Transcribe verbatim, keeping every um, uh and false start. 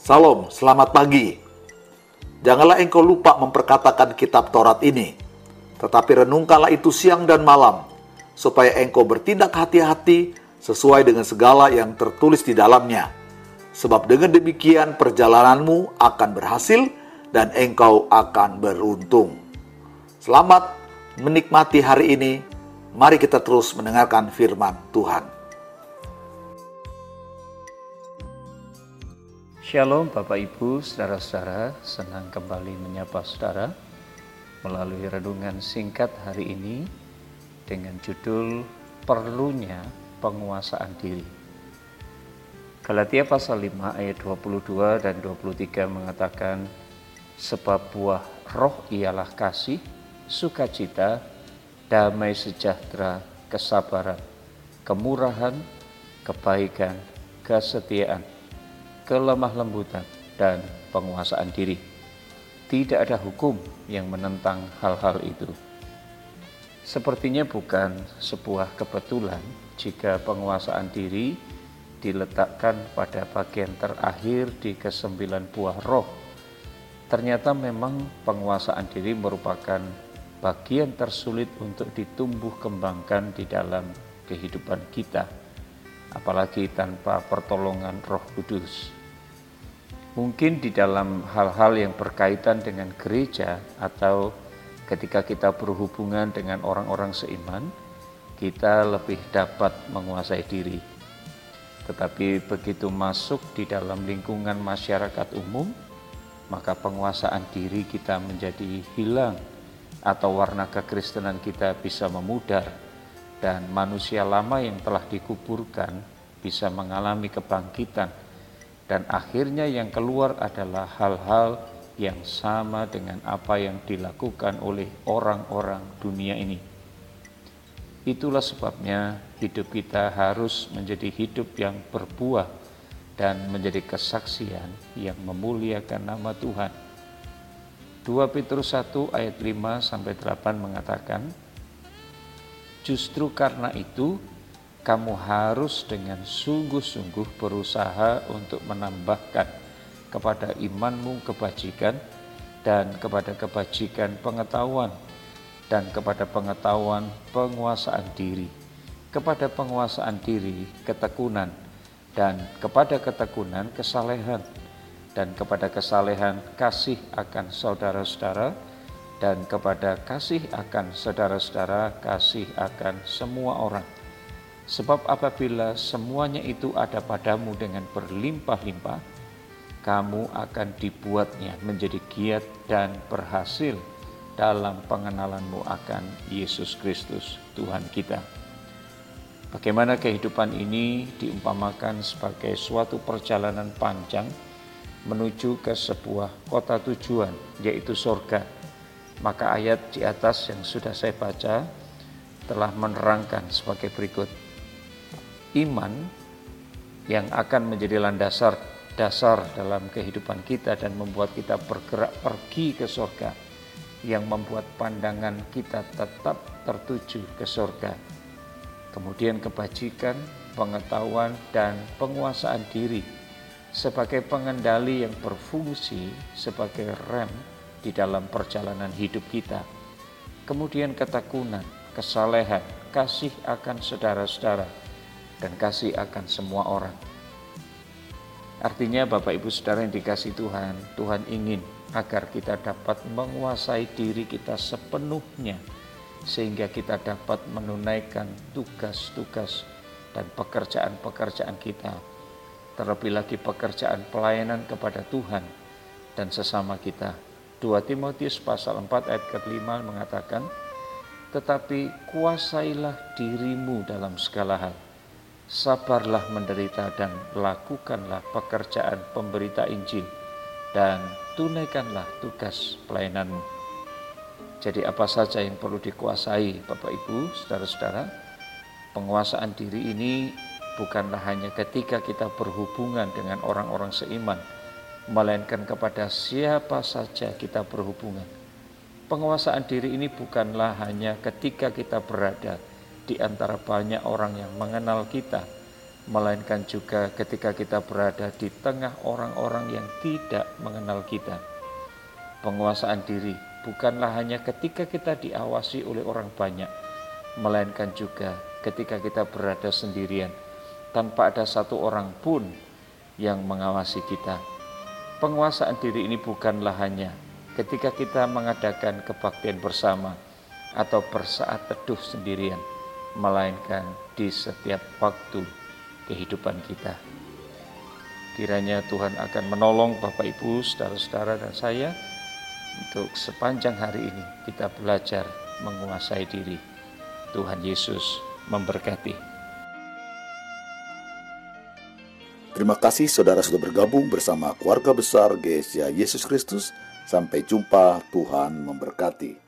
Salam, selamat pagi. Janganlah engkau lupa memperkatakan kitab Taurat ini, tetapi renungkanlah itu siang dan malam, supaya engkau bertindak hati-hati sesuai dengan segala yang tertulis di dalamnya. Sebab dengan demikian perjalananmu akan berhasil dan engkau akan beruntung. Selamat menikmati hari ini. Mari kita terus mendengarkan firman Tuhan. Shalom Bapak Ibu, saudara-saudara, senang kembali menyapa saudara melalui renungan singkat hari ini dengan judul Perlunya Penguasaan Diri. Galatia pasal lima ayat dua puluh dua dan dua puluh tiga mengatakan, sebab buah roh ialah kasih, sukacita, damai sejahtera, kesabaran, kemurahan, kebaikan, kesetiaan, kelemah lembutan, dan penguasaan diri. Tidak ada hukum yang menentang hal-hal itu. Sepertinya bukan sebuah kebetulan jika penguasaan diri diletakkan pada bagian terakhir di kesembilan buah roh. Ternyata memang penguasaan diri merupakan bagian tersulit untuk ditumbuh kembangkan di dalam kehidupan kita, apalagi tanpa pertolongan Roh Kudus. Mungkin di dalam hal-hal yang berkaitan dengan gereja atau ketika kita berhubungan dengan orang-orang seiman, kita lebih dapat menguasai diri. Tetapi begitu masuk di dalam lingkungan masyarakat umum, maka penguasaan diri kita menjadi hilang atau warna kekristenan kita bisa memudar dan manusia lama yang telah dikuburkan bisa mengalami kebangkitan. Dan akhirnya yang keluar adalah hal-hal yang sama dengan apa yang dilakukan oleh orang-orang dunia ini. Itulah sebabnya hidup kita harus menjadi hidup yang berbuah dan menjadi kesaksian yang memuliakan nama Tuhan. dua Petrus satu ayat lima sampai delapan mengatakan, justru karena itu kamu harus dengan sungguh-sungguh berusaha untuk menambahkan kepada imanmu kebajikan, dan kepada kebajikan pengetahuan, dan kepada pengetahuan penguasaan diri, kepada penguasaan diri ketekunan, dan kepada ketekunan kesalehan, dan kepada kesalehan kasih akan saudara-saudara, dan kepada kasih akan saudara-saudara kasih akan semua orang. Sebab apabila semuanya itu ada padamu dengan berlimpah-limpah, kamu akan dibuatnya menjadi giat dan berhasil dalam pengenalanmu akan Yesus Kristus Tuhan kita. Bagaimana kehidupan ini diumpamakan sebagai suatu perjalanan panjang menuju ke sebuah kota tujuan, yaitu surga. Maka ayat di atas yang sudah saya baca telah menerangkan sebagai berikut. Iman yang akan menjadi landasan dasar dalam kehidupan kita dan membuat kita bergerak pergi ke surga, yang membuat pandangan kita tetap tertuju ke surga. Kemudian kebajikan, pengetahuan, dan penguasaan diri sebagai pengendali yang berfungsi sebagai rem di dalam perjalanan hidup kita. Kemudian ketekunan, kesalehan, kasih akan saudara-saudara, dan kasih akan semua orang. Artinya Bapak Ibu Saudara yang dikasihi Tuhan, Tuhan ingin agar kita dapat menguasai diri kita sepenuhnya, sehingga kita dapat menunaikan tugas-tugas dan pekerjaan-pekerjaan kita, terlebih lagi pekerjaan pelayanan kepada Tuhan dan sesama kita. dua Timotius pasal empat ayat kelima mengatakan, tetapi kuasailah dirimu dalam segala hal, sabarlah menderita dan lakukanlah pekerjaan pemberita Injil, dan tunaikanlah tugas pelayananmu. Jadi apa saja yang perlu dikuasai Bapak Ibu, saudara-saudara? Penguasaan diri ini bukanlah hanya ketika kita berhubungan dengan orang-orang seiman, melainkan kepada siapa saja kita berhubungan. Penguasaan diri ini bukanlah hanya ketika kita berada di antara banyak orang yang mengenal kita, melainkan juga ketika kita berada di tengah orang-orang yang tidak mengenal kita. Penguasaan diri bukanlah hanya ketika kita diawasi oleh orang banyak, melainkan juga ketika kita berada sendirian, tanpa ada satu orang pun yang mengawasi kita. Penguasaan diri ini bukanlah hanya ketika kita mengadakan kebaktian bersama atau bersaat teduh sendirian, melainkan di setiap waktu kehidupan kita. Kiranya Tuhan akan menolong Bapak Ibu, saudara-saudara dan saya untuk sepanjang hari ini kita belajar menguasai diri. Tuhan Yesus memberkati. Terima kasih saudara sudah bergabung bersama keluarga besar G S C A Yesus Kristus. Sampai jumpa, Tuhan memberkati.